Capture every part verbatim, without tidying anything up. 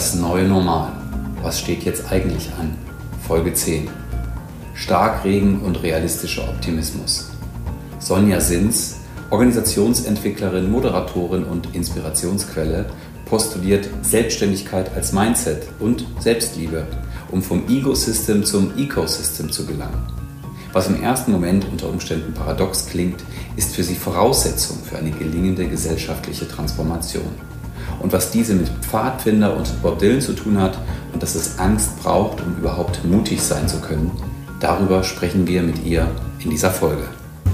Das neue Normal. Was steht jetzt eigentlich an? Folge zehn. Starkregen und realistischer Optimismus. Sonja Sins, Organisationsentwicklerin, Moderatorin und Inspirationsquelle, postuliert Selbstständigkeit als Mindset und Selbstliebe, um vom Ego-System zum Ecosystem zu gelangen. Was im ersten Moment unter Umständen paradox klingt, ist für sie Voraussetzung für eine gelingende gesellschaftliche Transformation. Und was diese mit Pfadfinder und Bob Dylan zu tun hat und dass es Angst braucht, um überhaupt mutig sein zu können, darüber sprechen wir mit ihr in dieser Folge.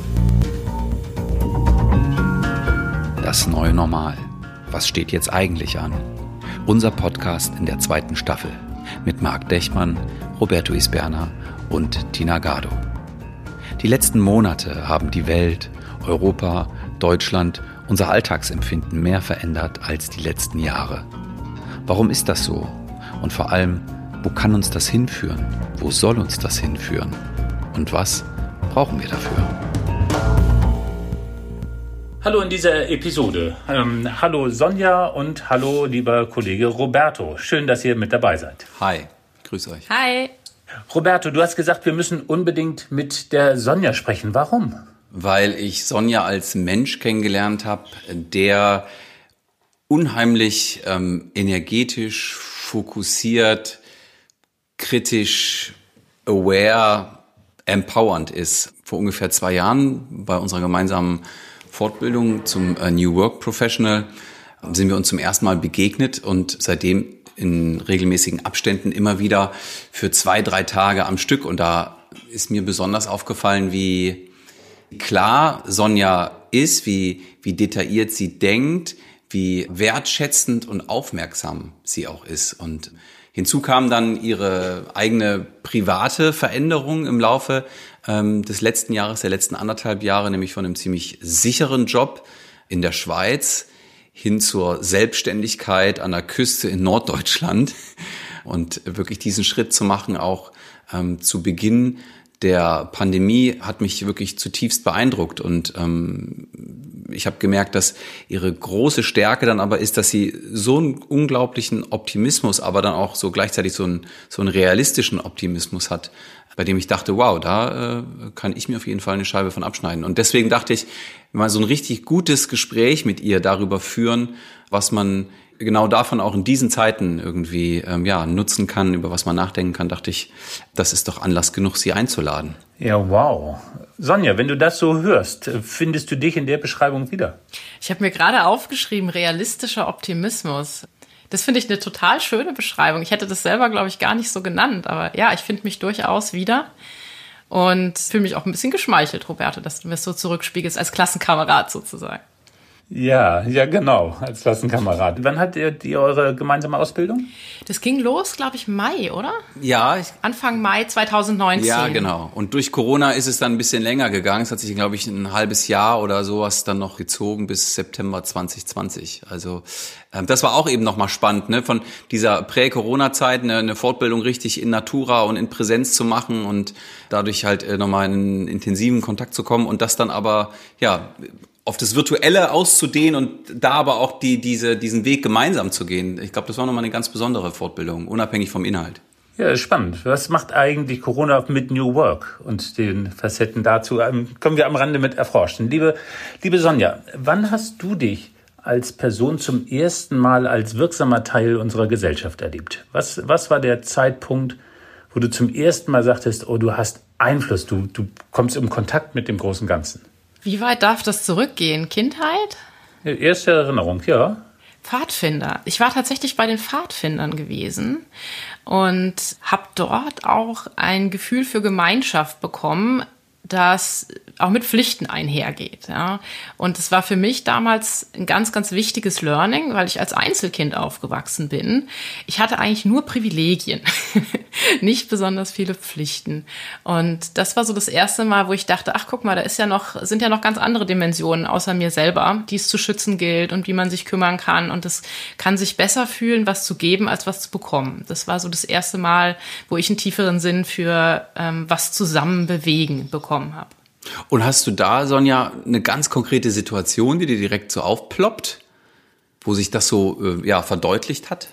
Das neue Normal. Was steht jetzt eigentlich an? Unser Podcast in der zweiten Staffel mit Marc Dechmann, Roberto Isberna und Tina Gado. Die letzten Monate haben die Welt, Europa, Deutschland, unser Alltagsempfinden mehr verändert als die letzten Jahre. Warum ist das so? Und vor allem, wo kann uns das hinführen? Wo soll uns das hinführen? Und was brauchen wir dafür? Hallo in dieser Episode. Ähm, hallo Sonja und hallo lieber Kollege Roberto. Schön, dass ihr mit dabei seid. Hi, grüß euch. Hi. Roberto, du hast gesagt, wir müssen unbedingt mit der Sonja sprechen. Warum? Weil ich Sonja als Mensch kennengelernt habe, der unheimlich ähm, energetisch, fokussiert, kritisch, aware, empowernd ist. Vor ungefähr zwei Jahren bei unserer gemeinsamen Fortbildung zum äh, New Work Professional sind wir uns zum ersten Mal begegnet und seitdem in regelmäßigen Abständen immer wieder für zwei, drei Tage am Stück. Und da ist mir besonders aufgefallen, wie klar Sonja ist, wie, wie detailliert sie denkt, wie wertschätzend und aufmerksam sie auch ist. Und hinzu kam dann ihre eigene private Veränderung im Laufe ähm, des letzten Jahres, der letzten anderthalb Jahre, nämlich von einem ziemlich sicheren Job in der Schweiz hin zur Selbstständigkeit an der Küste in Norddeutschland und wirklich diesen Schritt zu machen, auch ähm, zu Beginn der Pandemie, hat mich wirklich zutiefst beeindruckt und ähm, ich habe gemerkt, dass ihre große Stärke dann aber ist, dass sie so einen unglaublichen Optimismus, aber dann auch so gleichzeitig so einen, so einen realistischen Optimismus hat, bei dem ich dachte, wow, da äh, kann ich mir auf jeden Fall eine Scheibe von abschneiden. Und deswegen dachte ich, mal so ein richtig gutes Gespräch mit ihr darüber führen, was man genau davon auch in diesen Zeiten irgendwie ähm, ja nutzen kann, über was man nachdenken kann, dachte ich, das ist doch Anlass genug, sie einzuladen. Ja, wow. Sonja, wenn du das so hörst, findest du dich in der Beschreibung wieder? Ich habe mir gerade aufgeschrieben, realistischer Optimismus. Das finde ich eine total schöne Beschreibung. Ich hätte das selber, glaube ich, gar nicht so genannt. Aber ja, ich finde mich durchaus wieder und fühle mich auch ein bisschen geschmeichelt, Roberto, dass du mir das so zurückspiegelst, als Klassenkamerad sozusagen. Ja, ja, genau, als Klassenkamerad. Wann hattet ihr die, eure gemeinsame Ausbildung? Das ging los, glaube ich, Mai, oder? Ja. Ich, Anfang Mai zweitausendneunzehn. Ja, genau. Und durch Corona ist es dann ein bisschen länger gegangen. Es hat sich, glaube ich, ein halbes Jahr oder sowas dann noch gezogen bis September zwanzig zwanzig. Also ähm, das war auch eben nochmal spannend, ne? Von dieser Prä-Corona-Zeit eine, eine Fortbildung richtig in Natura und in Präsenz zu machen und dadurch halt äh, nochmal in einen intensiven Kontakt zu kommen und das dann aber, ja, auf das Virtuelle auszudehnen und da aber auch die, diese, diesen Weg gemeinsam zu gehen. Ich glaube, das war nochmal eine ganz besondere Fortbildung, unabhängig vom Inhalt. Ja, spannend. Was macht eigentlich Corona mit New Work und den Facetten dazu? Ähm, können wir am Rande mit erforschen. Liebe, liebe Sonja, wann hast du dich als Person zum ersten Mal als wirksamer Teil unserer Gesellschaft erlebt? Was, was war der Zeitpunkt, wo du zum ersten Mal sagtest, oh, du hast Einfluss, du, du kommst in Kontakt mit dem großen Ganzen? Wie weit darf das zurückgehen? Kindheit? Erste Erinnerung, ja. Pfadfinder. Ich war tatsächlich bei den Pfadfindern gewesen und habe dort auch ein Gefühl für Gemeinschaft bekommen, das auch mit Pflichten einhergeht. Ja. Und es war für mich damals ein ganz, ganz wichtiges Learning, weil ich als Einzelkind aufgewachsen bin. Ich hatte eigentlich nur Privilegien, nicht besonders viele Pflichten. Und das war so das erste Mal, wo ich dachte, ach guck mal, da ist ja noch, sind ja noch ganz andere Dimensionen außer mir selber, die es zu schützen gilt und wie man sich kümmern kann. Und es kann sich besser fühlen, was zu geben, als was zu bekommen. Das war so das erste Mal, wo ich einen tieferen Sinn für ähm, was zusammen bewegen bekommen habe. Und hast du da, Sonja, eine ganz konkrete Situation, die dir direkt so aufploppt, wo sich das so äh, ja, verdeutlicht hat?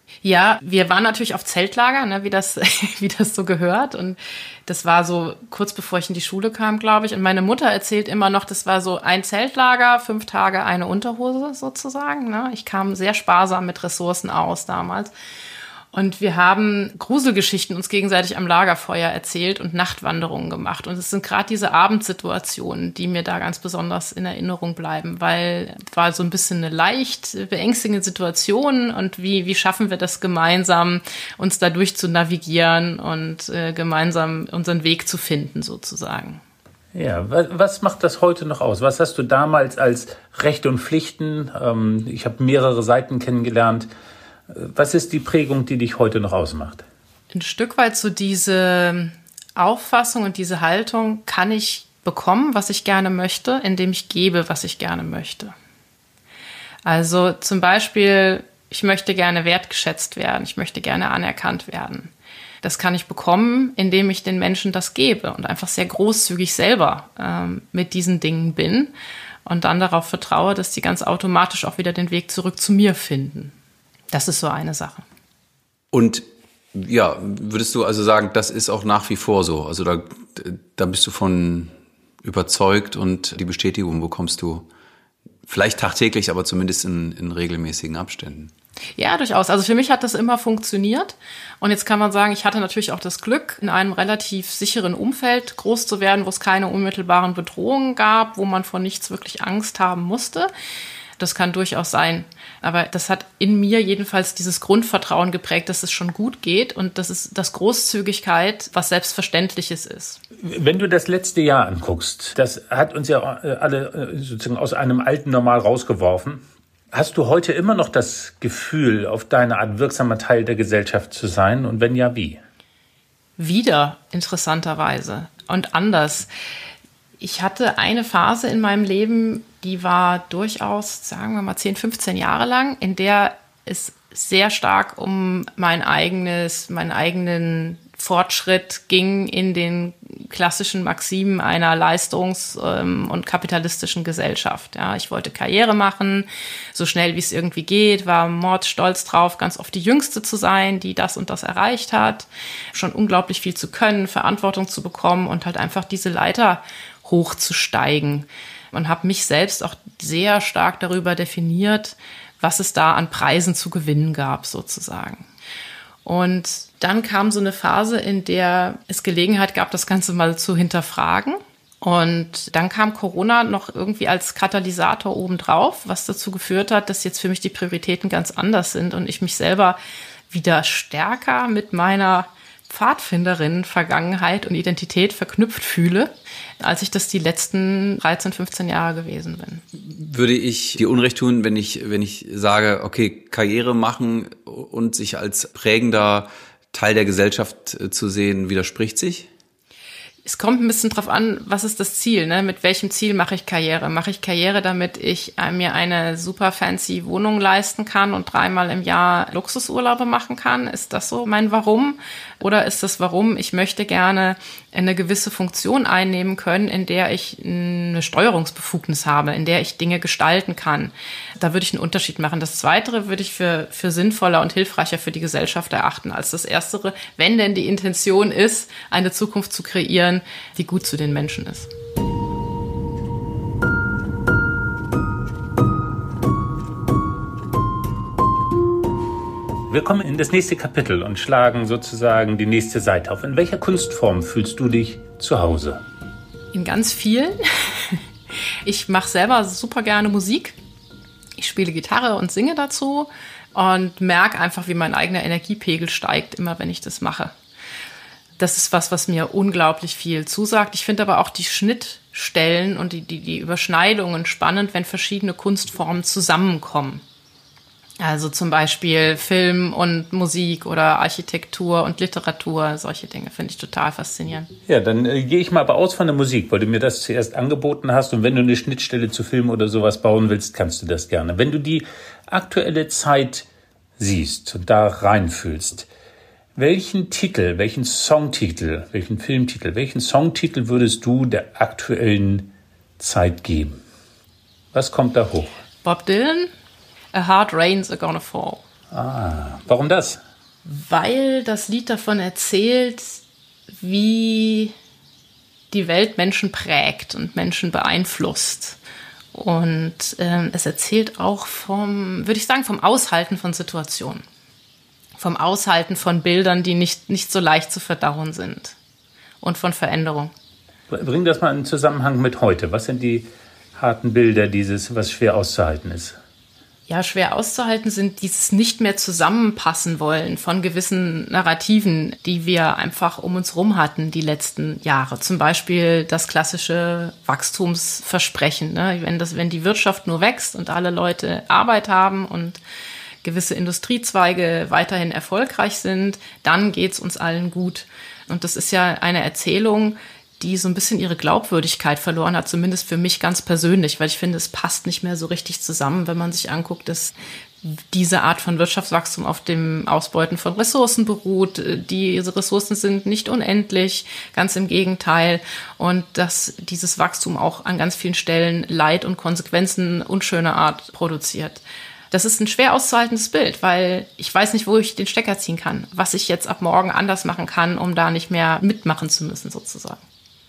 Ja, wir waren natürlich auf Zeltlager, ne, wie das, wie das so gehört. Und das war so kurz bevor ich in die Schule kam, glaube ich. Und meine Mutter erzählt immer noch, das war so ein Zeltlager, fünf Tage eine Unterhose sozusagen. Ne? Ich kam sehr sparsam mit Ressourcen aus damals. Und wir haben Gruselgeschichten uns gegenseitig am Lagerfeuer erzählt und Nachtwanderungen gemacht. Und es sind gerade diese Abendsituationen, die mir da ganz besonders in Erinnerung bleiben, weil es war so ein bisschen eine leicht beängstigende Situation. Und wie, wie schaffen wir das gemeinsam, uns dadurch zu navigieren und äh, gemeinsam unseren Weg zu finden, sozusagen. Ja, was macht das heute noch aus? Was hast du damals als Rechte und Pflichten? Ähm, ich habe mehrere Seiten kennengelernt. Was ist die Prägung, die dich heute noch ausmacht? Ein Stück weit so diese Auffassung und diese Haltung, kann ich bekommen, was ich gerne möchte, indem ich gebe, was ich gerne möchte. Also zum Beispiel, ich möchte gerne wertgeschätzt werden, ich möchte gerne anerkannt werden. Das kann ich bekommen, indem ich den Menschen das gebe und einfach sehr großzügig selber ähm, mit diesen Dingen bin und dann darauf vertraue, dass die ganz automatisch auch wieder den Weg zurück zu mir finden. Das ist so eine Sache. Und ja, würdest du also sagen, das ist auch nach wie vor so? Also da, da bist du von überzeugt und die Bestätigung bekommst du vielleicht tagtäglich, aber zumindest in, in regelmäßigen Abständen. Ja, durchaus. Also für mich hat das immer funktioniert. Und jetzt kann man sagen, ich hatte natürlich auch das Glück, in einem relativ sicheren Umfeld groß zu werden, wo es keine unmittelbaren Bedrohungen gab, wo man vor nichts wirklich Angst haben musste. Das kann durchaus sein. Aber das hat in mir jedenfalls dieses Grundvertrauen geprägt, dass es schon gut geht und dass es das Großzügigkeit was Selbstverständliches ist. Wenn du das letzte Jahr anguckst, das hat uns ja alle sozusagen aus einem alten Normal rausgeworfen. Hast du heute immer noch das Gefühl, auf deine Art wirksamer Teil der Gesellschaft zu sein? Und wenn ja, wie? Wieder, interessanterweise. Und anders. Ich hatte eine Phase in meinem Leben, die war durchaus, sagen wir mal, zehn, fünfzehn Jahre lang, in der es sehr stark um mein eigenes, meinen eigenen Fortschritt ging in den klassischen Maximen einer leistungs- und kapitalistischen Gesellschaft. Ja, ich wollte Karriere machen, so schnell wie es irgendwie geht, war mordstolz drauf, ganz oft die Jüngste zu sein, die das und das erreicht hat, schon unglaublich viel zu können, Verantwortung zu bekommen und halt einfach diese Leiter hochzusteigen. Und habe mich selbst auch sehr stark darüber definiert, was es da an Preisen zu gewinnen gab, sozusagen. Und dann kam so eine Phase, in der es Gelegenheit gab, das Ganze mal zu hinterfragen. Und dann kam Corona noch irgendwie als Katalysator obendrauf, was dazu geführt hat, dass jetzt für mich die Prioritäten ganz anders sind und ich mich selber wieder stärker mit meiner Pfadfinderin-Vergangenheit und Identität verknüpft fühle, als ich das die letzten dreizehn, fünfzehn Jahre gewesen bin. Würde ich dir Unrecht tun, wenn ich, wenn ich sage, okay, Karriere machen und sich als prägender Teil der Gesellschaft zu sehen, widerspricht sich? Es kommt ein bisschen drauf an, was ist das Ziel, ne? Mit welchem Ziel mache ich Karriere? Mache ich Karriere, damit ich mir eine super fancy Wohnung leisten kann und dreimal im Jahr Luxusurlaube machen kann? Ist das so mein Warum? Oder ist das Warum, ich möchte gerne eine gewisse Funktion einnehmen können, in der ich eine Steuerungsbefugnis habe, in der ich Dinge gestalten kann? Da würde ich einen Unterschied machen. Das Zweite würde ich für, für sinnvoller und hilfreicher für die Gesellschaft erachten als das Erstere, wenn denn die Intention ist, eine Zukunft zu kreieren, die gut zu den Menschen ist. Wir kommen in das nächste Kapitel und schlagen sozusagen die nächste Seite auf. In welcher Kunstform fühlst du dich zu Hause? In ganz vielen. Ich mache selber super gerne Musik. Ich spiele Gitarre und singe dazu und merke einfach, wie mein eigener Energiepegel steigt, immer wenn ich das mache. Das ist was, was mir unglaublich viel zusagt. Ich finde aber auch die Schnittstellen und die, die, die Überschneidungen spannend, wenn verschiedene Kunstformen zusammenkommen. Also zum Beispiel Film und Musik oder Architektur und Literatur, solche Dinge finde ich total faszinierend. Ja, dann äh, gehe ich mal aber aus von der Musik, weil du mir das zuerst angeboten hast. Und wenn du eine Schnittstelle zu Film oder sowas bauen willst, kannst du das gerne. Wenn du die aktuelle Zeit siehst und da reinfühlst, welchen Titel, welchen Songtitel, welchen Filmtitel, welchen Songtitel würdest du der aktuellen Zeit geben? Was kommt da hoch? Bob Dylan, A Hard Rain's a Gonna Fall. Ah, warum das? Weil das Lied davon erzählt, wie die Welt Menschen prägt und Menschen beeinflusst. Und ähm, es erzählt auch vom, würde ich sagen, vom Aushalten von Situationen. Vom Aushalten von Bildern, die nicht, nicht so leicht zu verdauen sind. Und von Veränderung. Bring das mal in Zusammenhang mit heute. Was sind die harten Bilder dieses, was schwer auszuhalten ist? Ja, schwer auszuhalten sind dieses nicht mehr zusammenpassen wollen von gewissen Narrativen, die wir einfach um uns rum hatten die letzten Jahre. Zum Beispiel das klassische Wachstumsversprechen. Ne? Wenn das, wenn die Wirtschaft nur wächst und alle Leute Arbeit haben und gewisse Industriezweige weiterhin erfolgreich sind, dann geht's uns allen gut. Und das ist ja eine Erzählung, die so ein bisschen ihre Glaubwürdigkeit verloren hat, zumindest für mich ganz persönlich, weil ich finde, es passt nicht mehr so richtig zusammen, wenn man sich anguckt, dass diese Art von Wirtschaftswachstum auf dem Ausbeuten von Ressourcen beruht. Diese Ressourcen sind nicht unendlich, ganz im Gegenteil. Und dass dieses Wachstum auch an ganz vielen Stellen Leid und Konsequenzen unschöner Art produziert. Das ist ein schwer auszuhaltendes Bild, weil ich weiß nicht, wo ich den Stecker ziehen kann, was ich jetzt ab morgen anders machen kann, um da nicht mehr mitmachen zu müssen, sozusagen.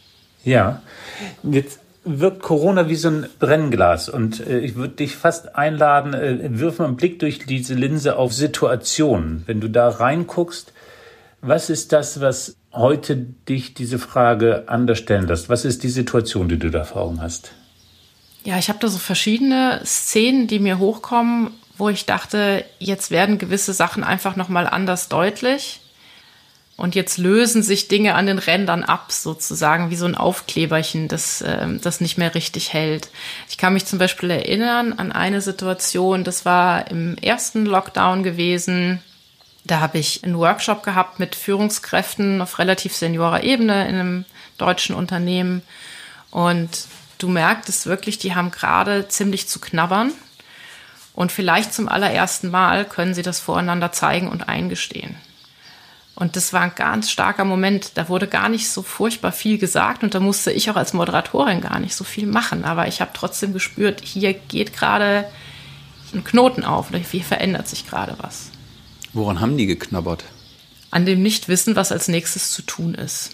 Ja, jetzt wirkt Corona wie so ein Brennglas und äh, ich würde dich fast einladen, äh, wirf mal einen Blick durch diese Linse auf Situationen. Wenn du da reinguckst, was ist das, was heute dich diese Frage anders stellen lässt? Was ist die Situation, die du da vor Augen hast? Ja, ich habe da so verschiedene Szenen, die mir hochkommen, wo ich dachte, jetzt werden gewisse Sachen einfach nochmal anders deutlich. Und jetzt lösen sich Dinge an den Rändern ab, sozusagen wie so ein Aufkleberchen, das, äh, das nicht mehr richtig hält. Ich kann mich zum Beispiel erinnern an eine Situation, das war im ersten Lockdown gewesen. Da habe ich einen Workshop gehabt mit Führungskräften auf relativ seniorer Ebene in einem deutschen Unternehmen. Und du merktest wirklich, die haben gerade ziemlich zu knabbern. Und vielleicht zum allerersten Mal können sie das voreinander zeigen und eingestehen. Und das war ein ganz starker Moment. Da wurde gar nicht so furchtbar viel gesagt und da musste ich auch als Moderatorin gar nicht so viel machen. Aber ich habe trotzdem gespürt, hier geht gerade ein Knoten auf oder hier verändert sich gerade was. Woran haben die geknabbert? An dem Nichtwissen, was als nächstes zu tun ist.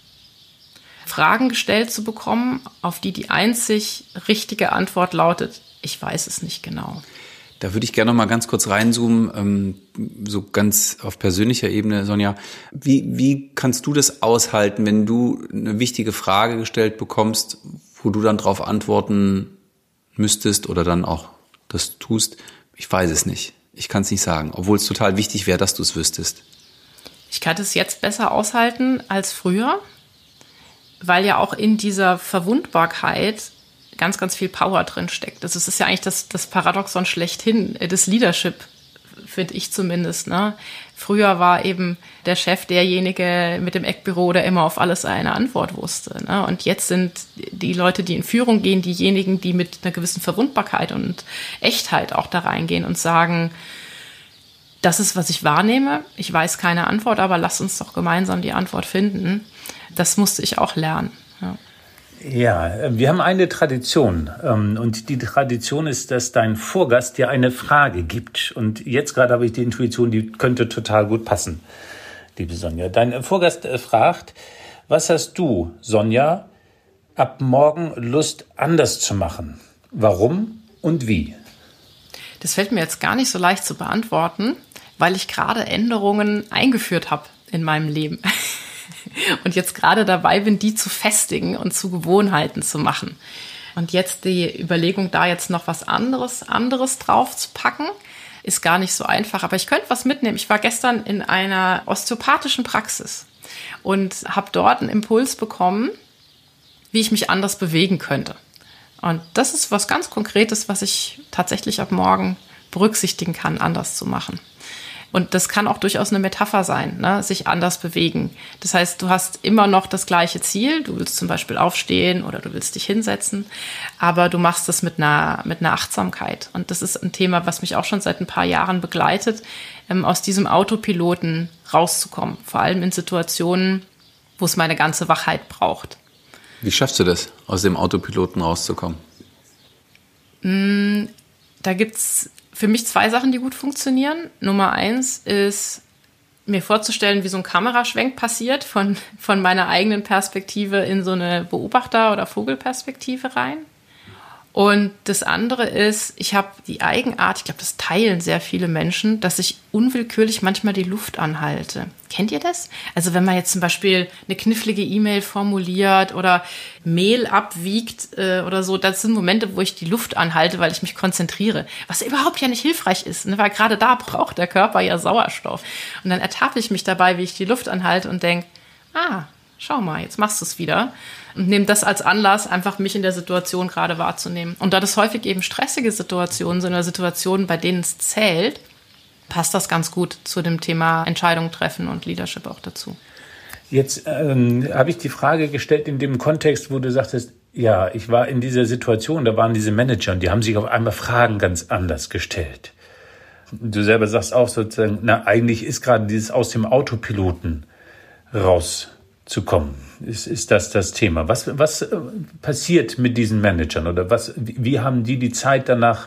Fragen gestellt zu bekommen, auf die die einzig richtige Antwort lautet, ich weiß es nicht genau. Da würde ich gerne noch mal ganz kurz reinzoomen, ähm, so ganz auf persönlicher Ebene, Sonja. Wie, wie kannst du das aushalten, wenn du eine wichtige Frage gestellt bekommst, wo du dann darauf antworten müsstest oder dann auch das tust? Ich weiß es nicht. Ich kann es nicht sagen, obwohl es total wichtig wäre, dass du es wüsstest. Ich kann es jetzt besser aushalten als früher, weil ja auch in dieser Verwundbarkeit ganz, ganz viel Power drin steckt. Das ist ja eigentlich das, das Paradoxon schlechthin des Leadership, finde ich zumindest. Ne? Früher war eben der Chef derjenige mit dem Eckbüro, der immer auf alles eine Antwort wusste. Ne? Und jetzt sind die Leute, die in Führung gehen, diejenigen, die mit einer gewissen Verwundbarkeit und Echtheit auch da reingehen und sagen, das ist, was ich wahrnehme. Ich weiß keine Antwort, aber lass uns doch gemeinsam die Antwort finden. Das musste ich auch lernen. Ja. Ja, wir haben eine Tradition und die Tradition ist, dass dein Vorgast dir eine Frage gibt. Und jetzt gerade habe ich die Intuition, die könnte total gut passen, liebe Sonja. Dein Vorgast fragt, was hast du, Sonja, ab morgen Lust anders zu machen? Warum und wie? Das fällt mir jetzt gar nicht so leicht zu beantworten, weil ich gerade Änderungen eingeführt habe in meinem Leben. Und jetzt gerade dabei bin, die zu festigen und zu Gewohnheiten zu machen. Und jetzt die Überlegung, da jetzt noch was anderes, anderes drauf zu packen, ist gar nicht so einfach. Aber ich könnte was mitnehmen. Ich war gestern in einer osteopathischen Praxis und habe dort einen Impuls bekommen, wie ich mich anders bewegen könnte. Und das ist was ganz Konkretes, was ich tatsächlich ab morgen berücksichtigen kann, anders zu machen. Und das kann auch durchaus eine Metapher sein, ne? Sich anders bewegen. Das heißt, du hast immer noch das gleiche Ziel. Du willst zum Beispiel aufstehen oder du willst dich hinsetzen, aber du machst das mit einer, mit einer Achtsamkeit. Und das ist ein Thema, was mich auch schon seit ein paar Jahren begleitet, ähm, aus diesem Autopiloten rauszukommen. Vor allem in Situationen, wo es meine ganze Wachheit braucht. Wie schaffst du das, aus dem Autopiloten rauszukommen? Mm, da gibt's für mich zwei Sachen, die gut funktionieren. Nummer eins ist, mir vorzustellen, wie so ein Kameraschwenk passiert von, von meiner eigenen Perspektive in so eine Beobachter- oder Vogelperspektive rein. Und das andere ist, ich habe die Eigenart, ich glaube, das teilen sehr viele Menschen, dass ich unwillkürlich manchmal die Luft anhalte. Kennt ihr das? Also wenn man jetzt zum Beispiel eine knifflige E-Mail formuliert oder Mehl abwiegt äh, oder so, das sind Momente, wo ich die Luft anhalte, weil ich mich konzentriere. Was überhaupt ja nicht hilfreich ist, ne? Weil gerade da braucht der Körper ja Sauerstoff. Und dann ertappe ich mich dabei, wie ich die Luft anhalte und denke, ah, schau mal, jetzt machst du es wieder. Und nehme das als Anlass, einfach mich in der Situation gerade wahrzunehmen. Und da das häufig eben stressige Situationen sind oder Situationen, bei denen es zählt, passt das ganz gut zu dem Thema Entscheidungen treffen und Leadership auch dazu. Jetzt ähm, habe ich die Frage gestellt in dem Kontext, wo du sagtest, ja, ich war in dieser Situation, da waren diese Manager und die haben sich auf einmal Fragen ganz anders gestellt. Du selber sagst auch sozusagen, na, eigentlich ist gerade dieses aus dem Autopiloten rauszukommen. Ist, ist das das Thema? Was, was passiert mit diesen Managern oder was, wie haben die die Zeit danach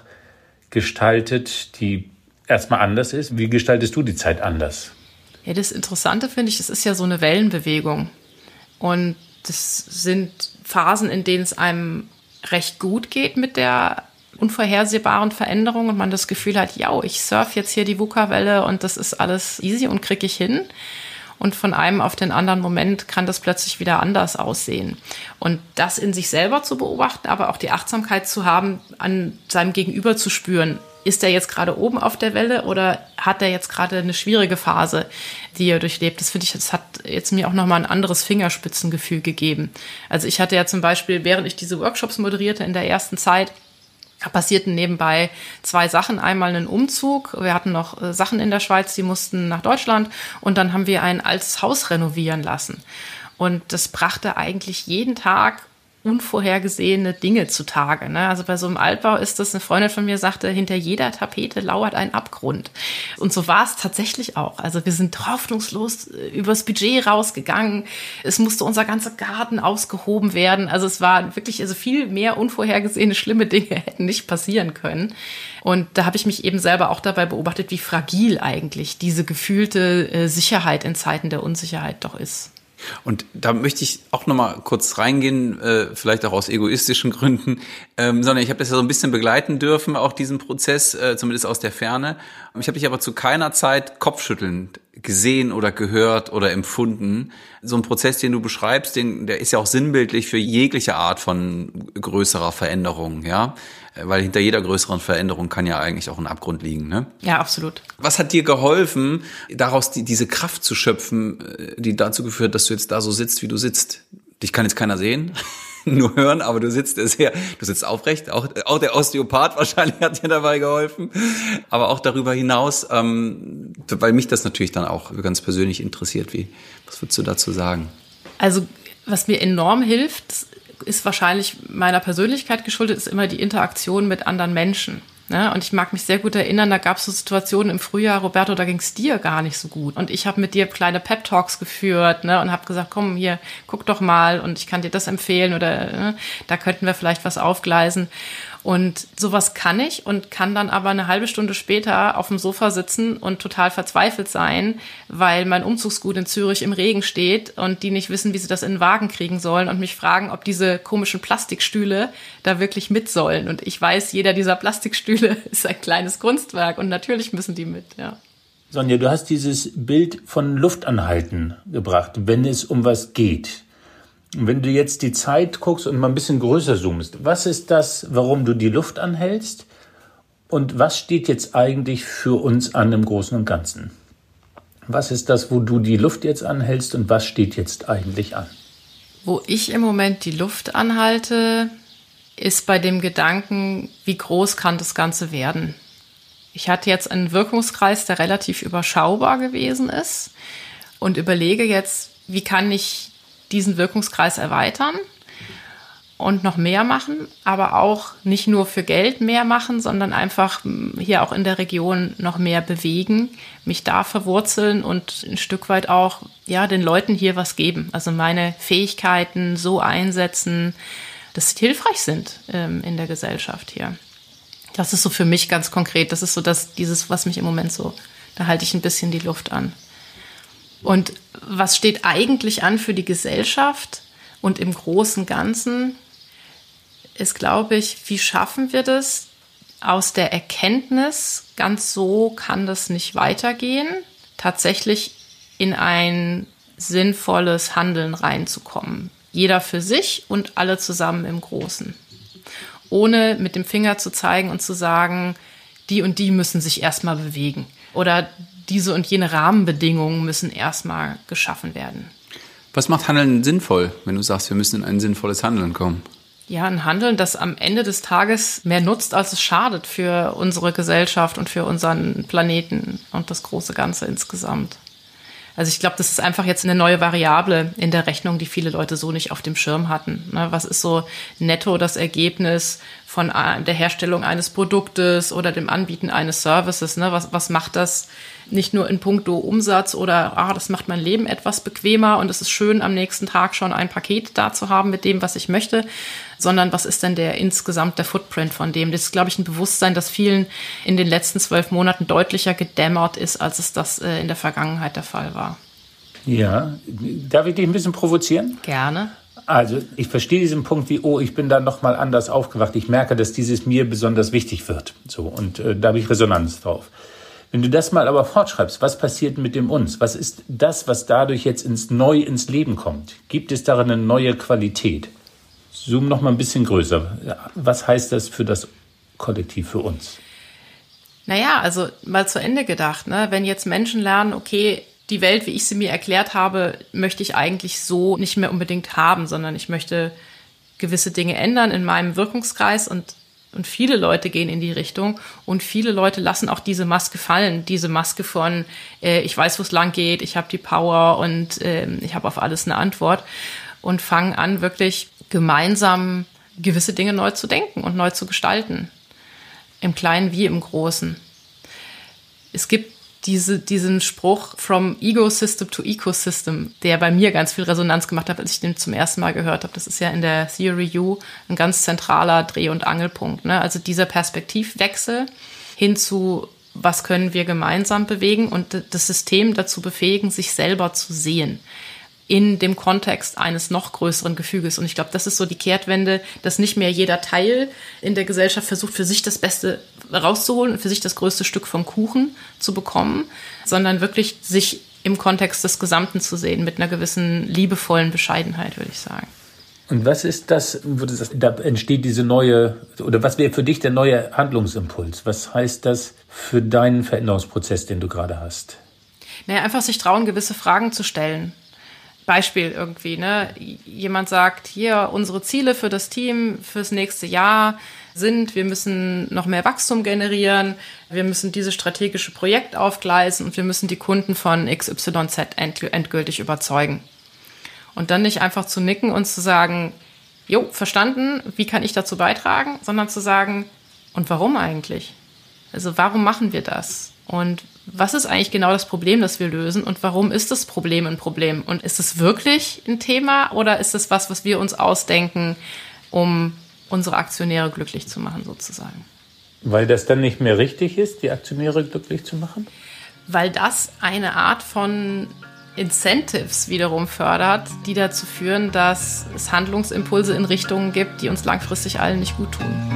gestaltet, die erstmal anders ist? Wie gestaltest du die Zeit anders? Ja, das Interessante finde ich, das ist ja so eine Wellenbewegung. Und das sind Phasen, in denen es einem recht gut geht mit der unvorhersehbaren Veränderung und man das Gefühl hat, ja, ich surfe jetzt hier die VUCA-Welle und das ist alles easy und kriege ich hin. Und von einem auf den anderen Moment kann das plötzlich wieder anders aussehen. Und das in sich selber zu beobachten, aber auch die Achtsamkeit zu haben, an seinem Gegenüber zu spüren. Ist er jetzt gerade oben auf der Welle oder hat er jetzt gerade eine schwierige Phase, die er durchlebt? Das finde ich, das hat jetzt mir auch nochmal ein anderes Fingerspitzengefühl gegeben. Also ich hatte ja zum Beispiel, während ich diese Workshops moderierte in der ersten Zeit, da passierten nebenbei zwei Sachen. Einmal einen Umzug. Wir hatten noch äh, Sachen in der Schweiz, die mussten nach Deutschland. Und dann haben wir ein altes Haus renovieren lassen. Und das brachte eigentlich jeden Tag unvorhergesehene Dinge zutage. Ne? Also bei so einem Altbau ist das, eine Freundin von mir sagte, hinter jeder Tapete lauert ein Abgrund. Und so war es tatsächlich auch. Also wir sind hoffnungslos übers Budget rausgegangen. Es musste unser ganzer Garten ausgehoben werden. Also es war wirklich, also viel mehr unvorhergesehene, schlimme Dinge hätten nicht passieren können. Und da habe ich mich eben selber auch dabei beobachtet, wie fragil eigentlich diese gefühlte äh, Sicherheit in Zeiten der Unsicherheit doch ist. Und da möchte ich auch noch mal kurz reingehen, äh, vielleicht auch aus egoistischen Gründen, ähm, sondern ich habe das ja so ein bisschen begleiten dürfen, auch diesen Prozess, äh, zumindest aus der Ferne. Ich habe dich aber zu keiner Zeit kopfschüttelnd gesehen oder gehört oder empfunden. So ein Prozess, den du beschreibst, den, der ist ja auch sinnbildlich für jegliche Art von größerer Veränderung, ja, weil hinter jeder größeren Veränderung kann ja eigentlich auch ein Abgrund liegen, ne? Ja, absolut. Was hat dir geholfen, daraus die, diese Kraft zu schöpfen, die dazu geführt, dass du jetzt da so sitzt, wie du sitzt? Dich kann jetzt keiner sehen, nur hören, aber du sitzt sehr, du sitzt aufrecht. Auch, auch der Osteopath wahrscheinlich hat dir dabei geholfen. Aber auch darüber hinaus, ähm, weil mich das natürlich dann auch ganz persönlich interessiert. Wie, was würdest du dazu sagen? Also, was mir enorm hilft, ist wahrscheinlich meiner Persönlichkeit geschuldet, ist immer die Interaktion mit anderen Menschen. Ne? Und ich mag mich sehr gut erinnern, da gab es so Situationen im Frühjahr, Roberto, da ging es dir gar nicht so gut. Und ich habe mit dir kleine Pep-Talks geführt, ne? Und habe gesagt, komm hier, guck doch mal und ich kann dir das empfehlen oder ne? Da könnten wir vielleicht was aufgleisen. Und sowas kann ich und kann dann aber eine halbe Stunde später auf dem Sofa sitzen und total verzweifelt sein, weil mein Umzugsgut in Zürich im Regen steht und die nicht wissen, wie sie das in den Wagen kriegen sollen und mich fragen, ob diese komischen Plastikstühle da wirklich mit sollen. Und ich weiß, jeder dieser Plastikstühle ist ein kleines Kunstwerk und natürlich müssen die mit, ja. Sonja, du hast dieses Bild von Luftanhalten gebracht, wenn es um was geht. Wenn du jetzt die Zeit guckst und mal ein bisschen größer zoomst, was ist das, warum du die Luft anhältst? Und was steht jetzt eigentlich für uns an im Großen und Ganzen? Was ist das, wo du die Luft jetzt anhältst und was steht jetzt eigentlich an? Wo ich im Moment die Luft anhalte, ist bei dem Gedanken, wie groß kann das Ganze werden? Ich hatte jetzt einen Wirkungskreis, der relativ überschaubar gewesen ist und überlege jetzt, wie kann ich diesen Wirkungskreis erweitern und noch mehr machen, aber auch nicht nur für Geld mehr machen, sondern einfach hier auch in der Region noch mehr bewegen, mich da verwurzeln und ein Stück weit auch ja den Leuten hier was geben. Also meine Fähigkeiten so einsetzen, dass sie hilfreich sind ähm, in der Gesellschaft hier. Das ist so für mich ganz konkret. Das ist so das, dieses, was mich im Moment so, da halte ich ein bisschen die Luft an. Und was steht eigentlich an für die Gesellschaft und im großen Ganzen ist, glaube ich, wie schaffen wir das aus der Erkenntnis, ganz so kann das nicht weitergehen, tatsächlich in ein sinnvolles Handeln reinzukommen. Jeder für sich und alle zusammen im Großen. Ohne mit dem Finger zu zeigen und zu sagen, die und die müssen sich erstmal bewegen. Oder diese und jene Rahmenbedingungen müssen erstmal geschaffen werden. Was macht Handeln sinnvoll, wenn du sagst, wir müssen in ein sinnvolles Handeln kommen? Ja, ein Handeln, das am Ende des Tages mehr nutzt, als es schadet für unsere Gesellschaft und für unseren Planeten und das große Ganze insgesamt. Also ich glaube, das ist einfach jetzt eine neue Variable in der Rechnung, die viele Leute so nicht auf dem Schirm hatten. Was ist so netto das Ergebnis von der Herstellung eines Produktes oder dem Anbieten eines Services? Was, was macht das nicht nur in puncto Umsatz oder ah, das macht mein Leben etwas bequemer und es ist schön, am nächsten Tag schon ein Paket da zu haben mit dem, was ich möchte, sondern was ist denn der insgesamt der Footprint von dem? Das ist, glaube ich, ein Bewusstsein, das vielen in den letzten zwölf Monaten deutlicher gedämmert ist, als es das äh, in der Vergangenheit der Fall war. Ja, darf ich dich ein bisschen provozieren? Gerne. Also ich verstehe diesen Punkt wie, oh, ich bin da noch mal anders aufgewacht. Ich merke, dass dieses mir besonders wichtig wird. So, und äh, da habe ich Resonanz drauf. Wenn du das mal aber fortschreibst, was passiert mit dem Uns? Was ist das, was dadurch jetzt ins neu ins Leben kommt? Gibt es darin eine neue Qualität? Zoom noch mal ein bisschen größer. Was heißt das für das Kollektiv, für uns? Naja, also mal zu Ende gedacht, ne? Wenn jetzt Menschen lernen, okay, die Welt, wie ich sie mir erklärt habe, möchte ich eigentlich so nicht mehr unbedingt haben, sondern ich möchte gewisse Dinge ändern in meinem Wirkungskreis und Und viele Leute gehen in die Richtung und viele Leute lassen auch diese Maske fallen. Diese Maske von, äh, ich weiß, wo es lang geht, ich habe die Power und äh, ich habe auf alles eine Antwort. Und fangen an, wirklich gemeinsam gewisse Dinge neu zu denken und neu zu gestalten. Im Kleinen wie im Großen. Es gibt diese, diesen Spruch from Ecosystem to Ecosystem, der bei mir ganz viel Resonanz gemacht hat, als ich den zum ersten Mal gehört habe. Das ist ja in der Theory U ein ganz zentraler Dreh- und Angelpunkt. Ne? Also dieser Perspektivwechsel hin zu, was können wir gemeinsam bewegen und das System dazu befähigen, sich selber zu sehen in dem Kontext eines noch größeren Gefüges. Und ich glaube, das ist so die Kehrtwende, dass nicht mehr jeder Teil in der Gesellschaft versucht, für sich das Beste rauszuholen und für sich das größte Stück vom Kuchen zu bekommen, sondern wirklich sich im Kontext des Gesamten zu sehen, mit einer gewissen liebevollen Bescheidenheit, würde ich sagen. Und was ist das, wo du sagst, da entsteht diese neue, oder was wäre für dich der neue Handlungsimpuls? Was heißt das für deinen Veränderungsprozess, den du gerade hast? Naja, einfach sich trauen, gewisse Fragen zu stellen. Beispiel irgendwie, ne? Jemand sagt, hier, unsere Ziele für das Team fürs nächste Jahr sind, wir müssen noch mehr Wachstum generieren, wir müssen dieses strategische Projekt aufgleisen und wir müssen die Kunden von X Y Z endgültig überzeugen. Und dann nicht einfach zu nicken und zu sagen, jo, verstanden, wie kann ich dazu beitragen, sondern zu sagen, und warum eigentlich? Also warum machen wir das? Und was ist eigentlich genau das Problem, das wir lösen? Und warum ist das Problem ein Problem? Und ist es wirklich ein Thema oder ist es was, was wir uns ausdenken, um unsere Aktionäre glücklich zu machen, sozusagen? Weil das dann nicht mehr richtig ist, die Aktionäre glücklich zu machen? Weil das eine Art von Incentives wiederum fördert, die dazu führen, dass es Handlungsimpulse in Richtungen gibt, die uns langfristig allen nicht gut tun.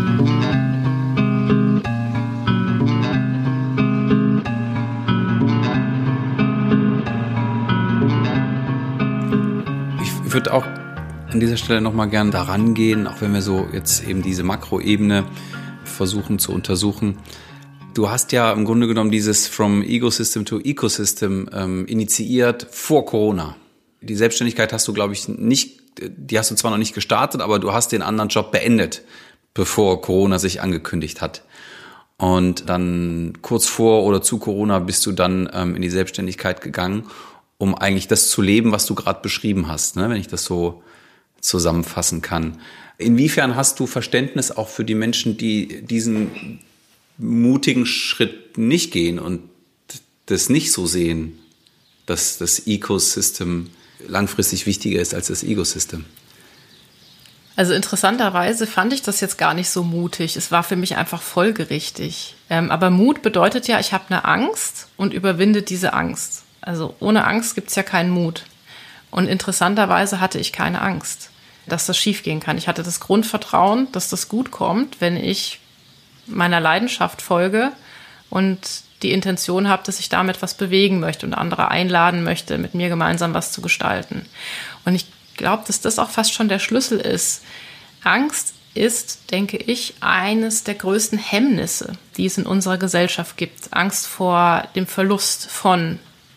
Ich würde auch an dieser Stelle nochmal gern daran gehen, auch wenn wir so jetzt eben diese Makroebene versuchen zu untersuchen. Du hast ja im Grunde genommen dieses From Ecosystem to Ecosystem ähm, initiiert vor Corona. Die Selbstständigkeit hast du, glaube ich, nicht, die hast du zwar noch nicht gestartet, aber du hast den anderen Job beendet, bevor Corona sich angekündigt hat. Und dann kurz vor oder zu Corona bist du dann ähm, in die Selbstständigkeit gegangen, um eigentlich das zu leben, was du gerade beschrieben hast, ne? Wenn ich das so zusammenfassen kann. Inwiefern hast du Verständnis auch für die Menschen, die diesen mutigen Schritt nicht gehen und das nicht so sehen, dass das Ecosystem langfristig wichtiger ist als das Ecosystem? Also interessanterweise fand ich das jetzt gar nicht so mutig. Es war für mich einfach folgerichtig. Ähm, aber Mut bedeutet ja, ich habe eine Angst und überwinde diese Angst. Also ohne Angst gibt es ja keinen Mut. Und interessanterweise hatte ich keine Angst, dass das schiefgehen kann. Ich hatte das Grundvertrauen, dass das gut kommt, wenn ich meiner Leidenschaft folge und die Intention habe, dass ich damit was bewegen möchte und andere einladen möchte, mit mir gemeinsam was zu gestalten. Und ich glaube, dass das auch fast schon der Schlüssel ist. Angst ist, denke ich, eines der größten Hemmnisse, die es in unserer Gesellschaft gibt. Angst vor dem Verlust von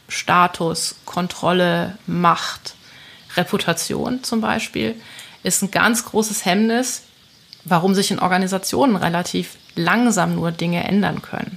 Status, Kontrolle, Macht, Reputation zum Beispiel, ist ein ganz großes Hemmnis, warum sich in Organisationen relativ langsam nur Dinge ändern können.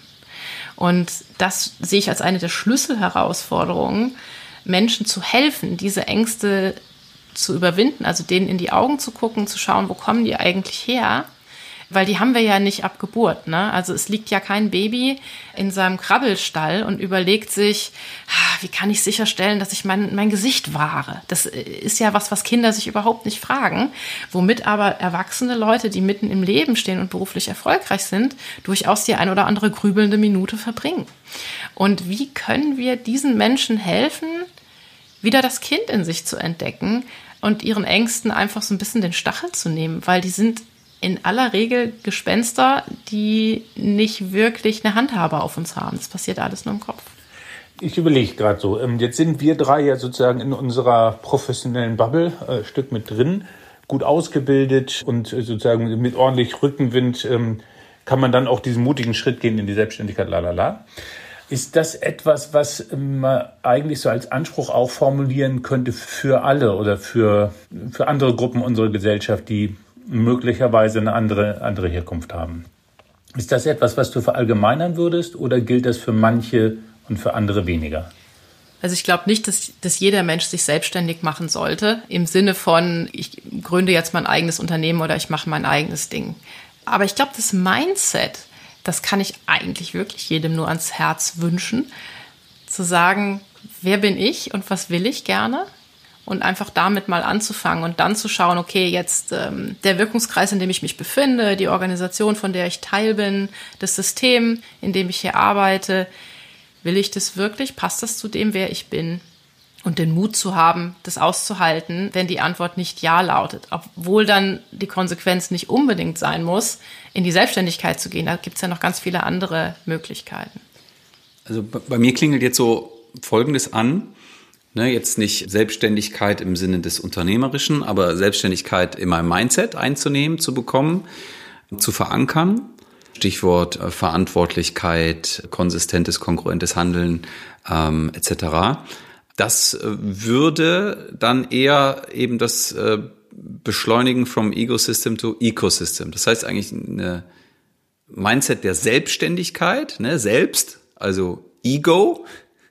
Und das sehe ich als eine der Schlüsselherausforderungen, Menschen zu helfen, diese Ängste zu überwinden, also denen in die Augen zu gucken, zu schauen, wo kommen die eigentlich her? Weil die haben wir ja nicht ab Geburt, ne? Also es liegt ja kein Baby in seinem Krabbelstall und überlegt sich, wie kann ich sicherstellen, dass ich mein, mein Gesicht wahre? Das ist ja was, was Kinder sich überhaupt nicht fragen, womit aber erwachsene Leute, die mitten im Leben stehen und beruflich erfolgreich sind, durchaus die ein oder andere grübelnde Minute verbringen. Und wie können wir diesen Menschen helfen, wieder das Kind in sich zu entdecken und ihren Ängsten einfach so ein bisschen den Stachel zu nehmen, weil die sind in aller Regel Gespenster, die nicht wirklich eine Handhabe auf uns haben. Das passiert alles nur im Kopf. Ich überlege gerade so, jetzt sind wir drei ja sozusagen in unserer professionellen Bubble ein Stück mit drin, gut ausgebildet und sozusagen mit ordentlich Rückenwind kann man dann auch diesen mutigen Schritt gehen in die Selbstständigkeit, lalala. Ist das etwas, was man eigentlich so als Anspruch auch formulieren könnte für alle oder für, für andere Gruppen unserer Gesellschaft, die möglicherweise eine andere, andere Herkunft haben? Ist das etwas, was du verallgemeinern würdest oder gilt das für manche und für andere weniger? Also ich glaube nicht, dass, dass jeder Mensch sich selbstständig machen sollte, im Sinne von, ich gründe jetzt mein eigenes Unternehmen oder ich mache mein eigenes Ding. Aber ich glaube, das Mindset, das kann ich eigentlich wirklich jedem nur ans Herz wünschen, zu sagen, wer bin ich und was will ich gerne? Und einfach damit mal anzufangen und dann zu schauen, okay, jetzt ähm, der Wirkungskreis, in dem ich mich befinde, die Organisation, von der ich Teil bin, das System, in dem ich hier arbeite, will ich das wirklich? Passt das zu dem, wer ich bin? Und den Mut zu haben, das auszuhalten, wenn die Antwort nicht Ja lautet. Obwohl dann die Konsequenz nicht unbedingt sein muss, in die Selbstständigkeit zu gehen. Da gibt es ja noch ganz viele andere Möglichkeiten. Also bei mir klingelt jetzt so Folgendes an. Ne, jetzt nicht Selbstständigkeit im Sinne des Unternehmerischen, aber Selbstständigkeit in meinem Mindset einzunehmen, zu bekommen, zu verankern. Stichwort äh, Verantwortlichkeit, konsistentes, kongruentes Handeln ähm, et cetera. Das äh, würde dann eher eben das äh, Beschleunigen from Ecosystem to Ecosystem. Das heißt eigentlich eine Mindset der Selbstständigkeit, ne, selbst, also Ego,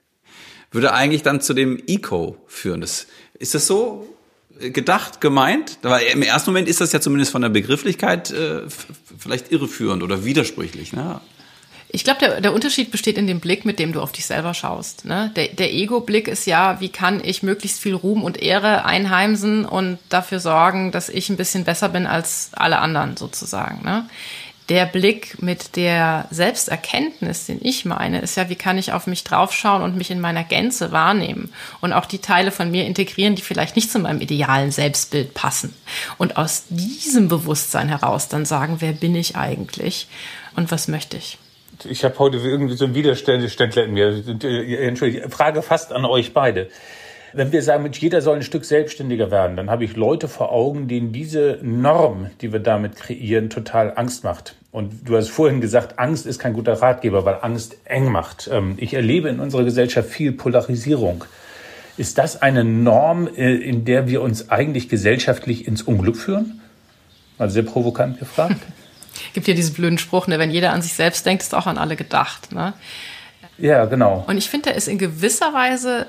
würde eigentlich dann zu dem Eco führen. Das, ist das so gedacht, gemeint? Weil im ersten Moment ist das ja zumindest von der Begrifflichkeit äh, vielleicht irreführend oder widersprüchlich. Ne? Ich glaube, der, der Unterschied besteht in dem Blick, mit dem du auf dich selber schaust. Ne? Der, der Ego-Blick ist ja, wie kann ich möglichst viel Ruhm und Ehre einheimsen und dafür sorgen, dass ich ein bisschen besser bin als alle anderen sozusagen. Ne? Der Blick mit der Selbsterkenntnis, den ich meine, ist ja, wie kann ich auf mich draufschauen und mich in meiner Gänze wahrnehmen und auch die Teile von mir integrieren, die vielleicht nicht zu meinem idealen Selbstbild passen. Und aus diesem Bewusstsein heraus dann sagen, wer bin ich eigentlich und was möchte ich? Ich habe heute irgendwie so einen Widerständler in mir. Entschuldigung, Frage fast an euch beide. Wenn wir sagen, jeder soll ein Stück selbstständiger werden, dann habe ich Leute vor Augen, denen diese Norm, die wir damit kreieren, total Angst macht. Und du hast vorhin gesagt, Angst ist kein guter Ratgeber, weil Angst eng macht. Ich erlebe in unserer Gesellschaft viel Polarisierung. Ist das eine Norm, in der wir uns eigentlich gesellschaftlich ins Unglück führen? Mal sehr provokant gefragt. Gibt ja diesen blöden Spruch, ne, wenn jeder an sich selbst denkt, ist auch an alle gedacht. Ne? Ja, genau. Und ich finde, der ist in gewisser Weise,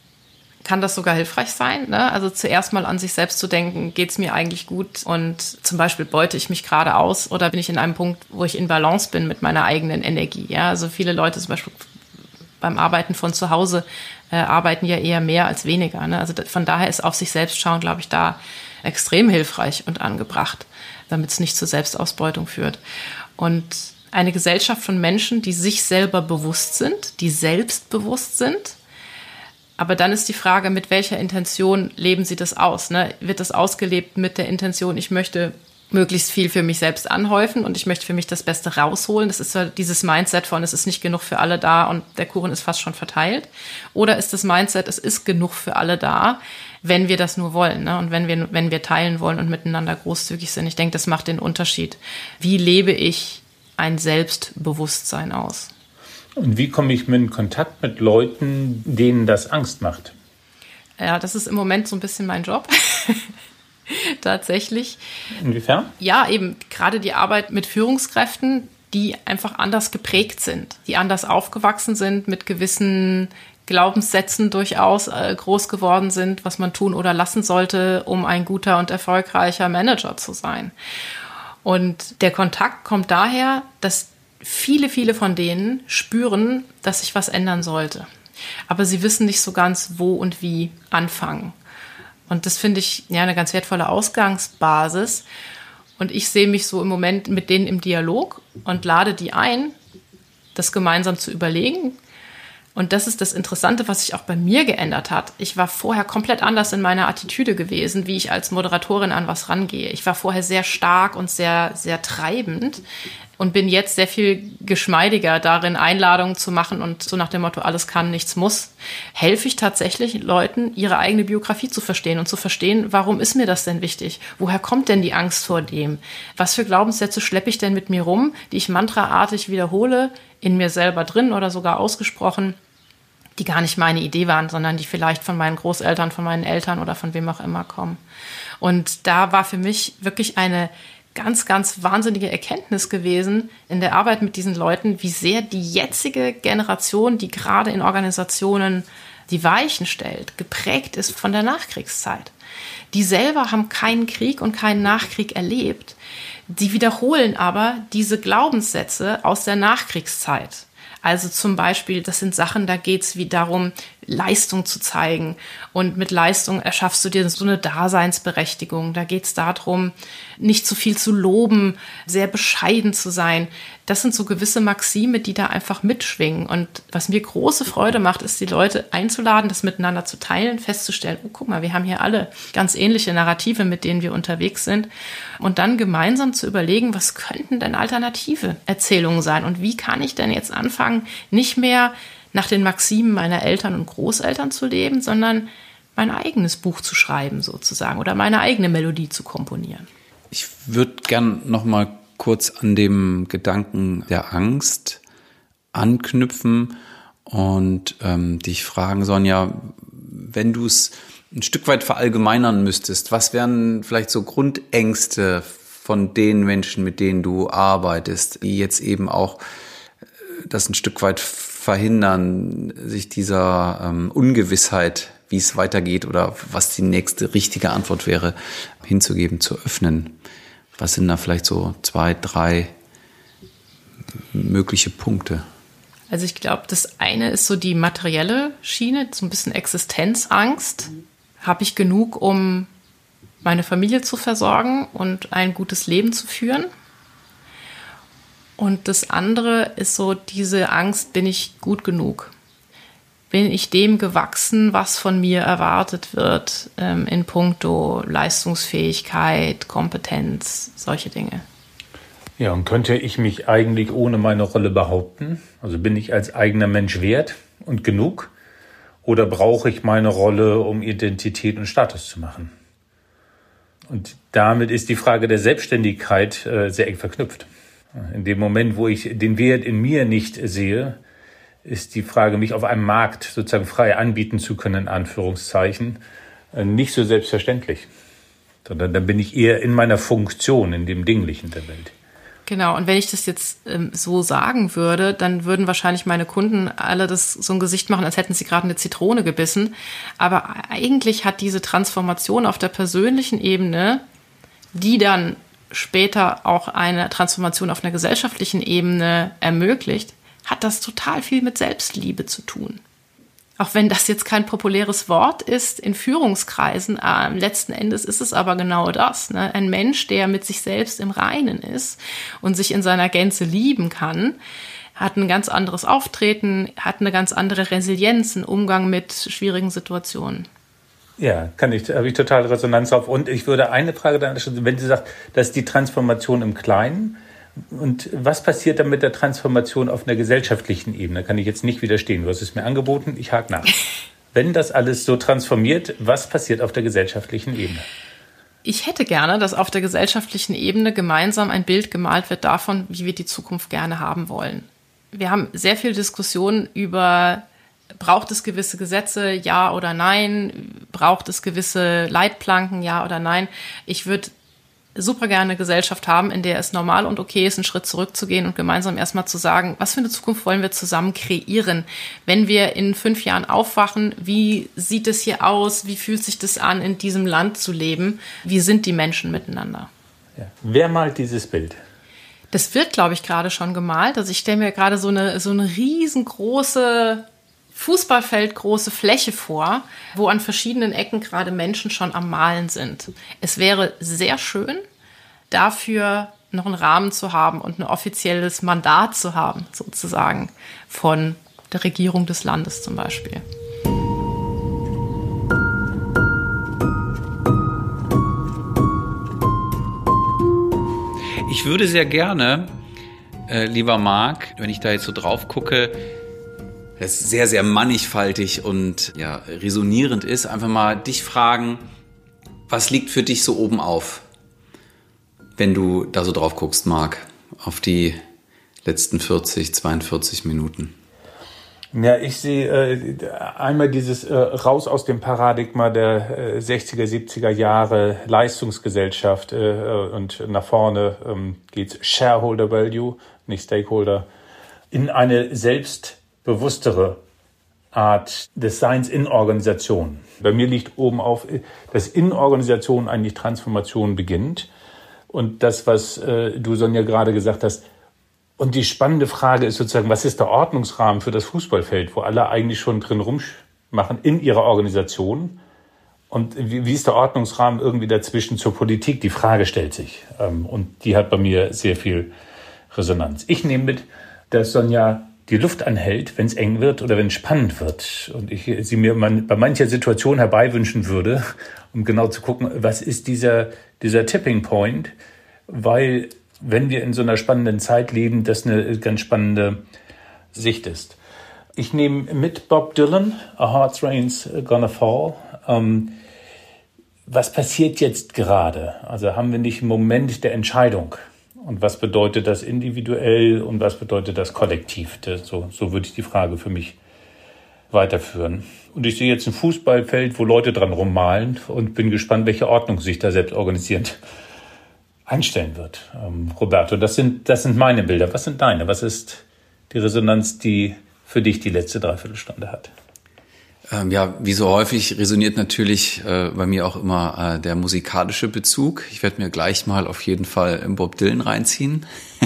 kann das sogar hilfreich sein. Ne? Also zuerst mal an sich selbst zu denken, geht es mir eigentlich gut und zum Beispiel beute ich mich gerade aus oder bin ich in einem Punkt, wo ich in Balance bin mit meiner eigenen Energie. Ja? Also viele Leute zum Beispiel beim Arbeiten von zu Hause äh, arbeiten ja eher mehr als weniger. Ne? Also von daher ist auf sich selbst schauen, glaube ich, da extrem hilfreich und angebracht, damit es nicht zur Selbstausbeutung führt. Und eine Gesellschaft von Menschen, die sich selber bewusst sind, die selbstbewusst sind. Aber dann ist die Frage, mit welcher Intention leben sie das aus? Ne? Wird das ausgelebt mit der Intention, ich möchte möglichst viel für mich selbst anhäufen und ich möchte für mich das Beste rausholen. Das ist so dieses Mindset von, es ist nicht genug für alle da und der Kuchen ist fast schon verteilt. Oder ist das Mindset, es ist genug für alle da, wenn wir das nur wollen, ne? Und wenn wir, wenn wir teilen wollen und miteinander großzügig sind. Ich denke, das macht den Unterschied. Wie lebe ich ein Selbstbewusstsein aus? Und wie komme ich in Kontakt mit Leuten, denen das Angst macht? Ja, das ist im Moment so ein bisschen mein Job. Tatsächlich. Inwiefern? Ja, eben gerade die Arbeit mit Führungskräften, die einfach anders geprägt sind, die anders aufgewachsen sind, mit gewissen Glaubenssätzen durchaus äh, groß geworden sind, was man tun oder lassen sollte, um ein guter und erfolgreicher Manager zu sein. Und der Kontakt kommt daher, dass viele, viele von denen spüren, dass sich was ändern sollte. Aber sie wissen nicht so ganz, wo und wie anfangen. Und das finde ich ja eine ganz wertvolle Ausgangsbasis. Und ich sehe mich so im Moment mit denen im Dialog und lade die ein, das gemeinsam zu überlegen. Und das ist das Interessante, was sich auch bei mir geändert hat. Ich war vorher komplett anders in meiner Attitüde gewesen, wie ich als Moderatorin an was rangehe. Ich war vorher sehr stark und sehr, sehr treibend und bin jetzt sehr viel geschmeidiger darin, Einladungen zu machen und so nach dem Motto, alles kann, nichts muss. Helfe ich tatsächlich Leuten, ihre eigene Biografie zu verstehen und zu verstehen, warum ist mir das denn wichtig? Woher kommt denn die Angst vor dem? Was für Glaubenssätze schleppe ich denn mit mir rum, die ich mantraartig wiederhole, in mir selber drin oder sogar ausgesprochen, die gar nicht meine Idee waren, sondern die vielleicht von meinen Großeltern, von meinen Eltern oder von wem auch immer kommen. Und da war für mich wirklich eine ganz, ganz wahnsinnige Erkenntnis gewesen in der Arbeit mit diesen Leuten, wie sehr die jetzige Generation, die gerade in Organisationen die Weichen stellt, geprägt ist von der Nachkriegszeit. Die selber haben keinen Krieg und keinen Nachkrieg erlebt. Die wiederholen aber diese Glaubenssätze aus der Nachkriegszeit. Also zum Beispiel, das sind Sachen, da geht es wie darum, Leistung zu zeigen. Und mit Leistung erschaffst du dir so eine Daseinsberechtigung. Da geht es darum, nicht zu viel zu loben, sehr bescheiden zu sein. Das sind so gewisse Maxime, die da einfach mitschwingen. Und was mir große Freude macht, ist, die Leute einzuladen, das miteinander zu teilen, festzustellen, oh, guck mal, wir haben hier alle ganz ähnliche Narrative, mit denen wir unterwegs sind. Und dann gemeinsam zu überlegen, was könnten denn alternative Erzählungen sein? Und wie kann ich denn jetzt anfangen, nicht mehr nach den Maximen meiner Eltern und Großeltern zu leben, sondern mein eigenes Buch zu schreiben sozusagen oder meine eigene Melodie zu komponieren. Ich würde gern noch mal kurz an dem Gedanken der Angst anknüpfen und ähm, dich fragen, Sonja, wenn du es ein Stück weit verallgemeinern müsstest, was wären vielleicht so Grundängste von den Menschen, mit denen du arbeitest, die jetzt eben auch das ein Stück weit verhindern, sich dieser ähm, Ungewissheit, wie es weitergeht oder was die nächste richtige Antwort wäre, hinzugeben, zu öffnen? Was sind da vielleicht so zwei, drei mögliche Punkte? Also ich glaube, das eine ist so die materielle Schiene, so ein bisschen Existenzangst. Habe ich genug, um meine Familie zu versorgen und ein gutes Leben zu führen? Und das andere ist so diese Angst, bin ich gut genug? Bin ich dem gewachsen, was von mir erwartet wird ähm, in puncto Leistungsfähigkeit, Kompetenz, solche Dinge? Ja, und könnte ich mich eigentlich ohne meine Rolle behaupten? Also bin ich als eigener Mensch wert und genug? Oder brauche ich meine Rolle, um Identität und Status zu machen? Und damit ist die Frage der Selbstständigkeit äh, sehr eng verknüpft. In dem Moment, wo ich den Wert in mir nicht sehe, ist die Frage, mich auf einem Markt sozusagen frei anbieten zu können, in Anführungszeichen, nicht so selbstverständlich. Sondern dann bin ich eher in meiner Funktion, in dem Dinglichen der Welt. Genau, und wenn ich das jetzt ähm, so sagen würde, dann würden wahrscheinlich meine Kunden alle das so ein Gesicht machen, als hätten sie gerade eine Zitrone gebissen. Aber eigentlich hat diese Transformation auf der persönlichen Ebene, die dann später auch eine Transformation auf einer gesellschaftlichen Ebene ermöglicht, hat das total viel mit Selbstliebe zu tun. Auch wenn das jetzt kein populäres Wort ist in Führungskreisen, äh, letzten Endes ist es aber genau das. Ne? Ein Mensch, der mit sich selbst im Reinen ist und sich in seiner Gänze lieben kann, hat ein ganz anderes Auftreten, hat eine ganz andere Resilienz, einen Umgang mit schwierigen Situationen. Ja, kann ich, habe ich total Resonanz drauf. Und ich würde eine Frage dann stellen, wenn Sie sagt, das ist die Transformation im Kleinen. Und was passiert dann mit der Transformation auf einer gesellschaftlichen Ebene? Kann ich jetzt nicht widerstehen. Du hast es mir angeboten, ich hake nach. Wenn das alles so transformiert, was passiert auf der gesellschaftlichen Ebene? Ich hätte gerne, dass auf der gesellschaftlichen Ebene gemeinsam ein Bild gemalt wird davon, wie wir die Zukunft gerne haben wollen. Wir haben sehr viel Diskussion über, braucht es gewisse Gesetze, ja oder nein? Braucht es gewisse Leitplanken, ja oder nein? Ich würde super gerne eine Gesellschaft haben, in der es normal und okay ist, einen Schritt zurückzugehen und gemeinsam erstmal zu sagen, was für eine Zukunft wollen wir zusammen kreieren? Wenn wir in fünf Jahren aufwachen, wie sieht es hier aus? Wie fühlt sich das an, in diesem Land zu leben? Wie sind die Menschen miteinander? Ja. Wer malt dieses Bild? Das wird, glaube ich, gerade schon gemalt. Also ich stelle mir gerade so eine, so eine riesengroße Fußballfeldgroße Fläche vor, wo an verschiedenen Ecken gerade Menschen schon am Malen sind. Es wäre sehr schön, dafür noch einen Rahmen zu haben und ein offizielles Mandat zu haben, sozusagen, von der Regierung des Landes zum Beispiel. Ich würde sehr gerne, äh, lieber Marc, wenn ich da jetzt so drauf gucke, das sehr, sehr mannigfaltig und ja, resonierend ist, einfach mal dich fragen, was liegt für dich so oben auf, wenn du da so drauf guckst, Marc, auf die letzten vierzig, zweiundvierzig Minuten? Ja, ich sehe äh, einmal dieses äh, raus aus dem Paradigma der äh, sechziger, siebziger Jahre Leistungsgesellschaft äh, und nach vorne ähm, geht's Shareholder Value, nicht Stakeholder, in eine selbstbewusstere Art des Seins in Organisation. Bei mir liegt oben auf, dass in Organisation eigentlich Transformation beginnt. Und das, was äh, du, Sonja, gerade gesagt hast, und die spannende Frage ist sozusagen, was ist der Ordnungsrahmen für das Fußballfeld, wo alle eigentlich schon drin rummachen in ihrer Organisation? Und wie, wie ist der Ordnungsrahmen irgendwie dazwischen zur Politik? Die Frage stellt sich. Ähm, und die hat bei mir sehr viel Resonanz. Ich nehme mit, dass Sonja die Luft anhält, wenn es eng wird oder wenn es spannend wird. Und ich sie mir man, bei mancher Situation herbeiwünschen würde, um genau zu gucken, was ist dieser, dieser Tipping Point? Weil wenn wir in so einer spannenden Zeit leben, das eine ganz spannende Sicht ist. Ich nehme mit Bob Dylan, A Heart's Rain's Gonna Fall. Ähm, was passiert jetzt gerade? Also haben wir nicht einen Moment der Entscheidung? Und was bedeutet das individuell und was bedeutet das kollektiv? Das, so, so würde ich die Frage für mich weiterführen. Und ich sehe jetzt ein Fußballfeld, wo Leute dran rummalen und bin gespannt, welche Ordnung sich da selbst organisierend einstellen wird. Ähm, Roberto, das sind, das sind meine Bilder. Was sind deine? Was ist die Resonanz, die für dich die letzte Dreiviertelstunde hat? Ähm, ja, wie so häufig resoniert natürlich äh, bei mir auch immer äh, der musikalische Bezug. Ich werde mir gleich mal auf jeden Fall Bob Dylan reinziehen.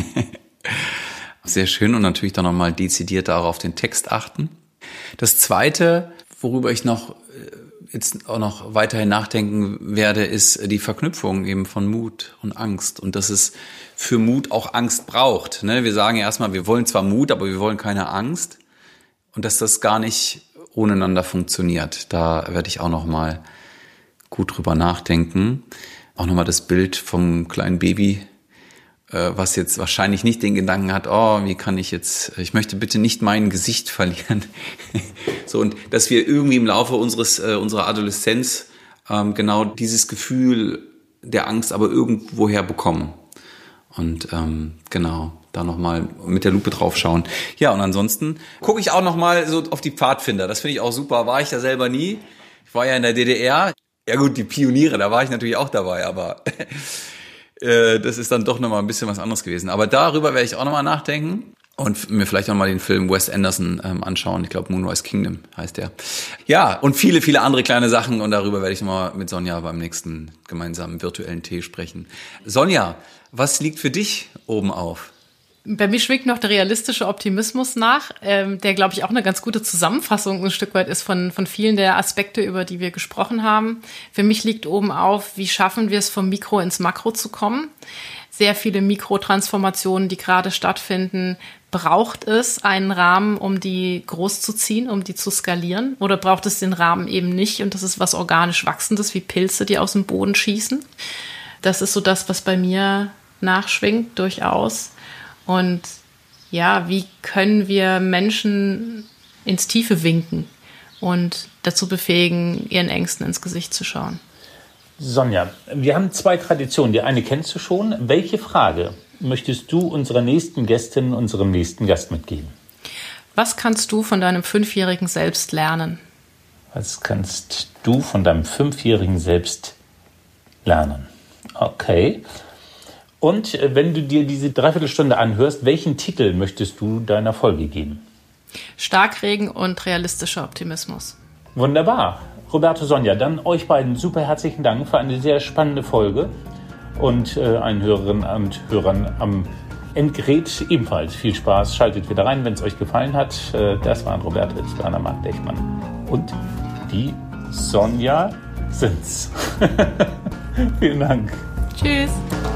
Sehr schön und natürlich dann nochmal dezidiert darauf auf den Text achten. Das Zweite, worüber ich noch äh, jetzt auch noch weiterhin nachdenken werde, ist die Verknüpfung eben von Mut und Angst und dass es für Mut auch Angst braucht. Ne? Wir sagen ja erstmal, wir wollen zwar Mut, aber wir wollen keine Angst und dass das gar nicht ohneinander funktioniert. Da werde ich auch noch mal gut drüber nachdenken. Auch noch mal das Bild vom kleinen Baby, was jetzt wahrscheinlich nicht den Gedanken hat, oh, wie kann ich jetzt, ich möchte bitte nicht mein Gesicht verlieren. So, und dass wir irgendwie im Laufe unseres, äh, unserer Adoleszenz ähm, genau dieses Gefühl der Angst aber irgendwoher bekommen. Und ähm, genau, da nochmal mit der Lupe drauf schauen. Ja, und ansonsten gucke ich auch nochmal so auf die Pfadfinder. Das finde ich auch super. War ich da selber nie. Ich war ja in der D D R. Ja gut, die Pioniere, da war ich natürlich auch dabei, aber das ist dann doch nochmal ein bisschen was anderes gewesen. Aber darüber werde ich auch nochmal nachdenken und mir vielleicht nochmal den Film Wes Anderson ähm, anschauen. Ich glaube, Moonrise Kingdom heißt der. Ja, und viele, viele andere kleine Sachen. Und darüber werde ich nochmal mit Sonja beim nächsten gemeinsamen virtuellen Tee sprechen. Sonja, was liegt für dich oben auf? Bei mir schwingt noch der realistische Optimismus nach, ähm, der, glaube ich, auch eine ganz gute Zusammenfassung ein Stück weit ist von, von vielen der Aspekte, über die wir gesprochen haben. Für mich liegt oben auf, wie schaffen wir es, vom Mikro ins Makro zu kommen. Sehr viele Mikrotransformationen, die gerade stattfinden. Braucht es einen Rahmen, um die groß zu ziehen, um die zu skalieren? Oder braucht es den Rahmen eben nicht? Und das ist was organisch Wachsendes, wie Pilze, die aus dem Boden schießen. Das ist so das, was bei mir nachschwingt, durchaus. Und ja, wie können wir Menschen ins Tiefe winken und dazu befähigen, ihren Ängsten ins Gesicht zu schauen? Sonja, wir haben zwei Traditionen. Die eine kennst du schon. Welche Frage möchtest du unserer nächsten Gästin, unserem nächsten Gast mitgeben? Was kannst du von deinem fünfjährigen Selbst lernen? Was kannst du von deinem fünfjährigen Selbst lernen? Okay. Und wenn du dir diese Dreiviertelstunde anhörst, welchen Titel möchtest du deiner Folge geben? Starkregen und realistischer Optimismus. Wunderbar. Roberto, Sonja, dann euch beiden super herzlichen Dank für eine sehr spannende Folge und äh, allen Hörerinnen und Hörern am Endgerät ebenfalls viel Spaß. Schaltet wieder rein, wenn es euch gefallen hat. Äh, das waren Roberto Itzler, Marc Dechmann und die Sonja sind's. Vielen Dank. Tschüss.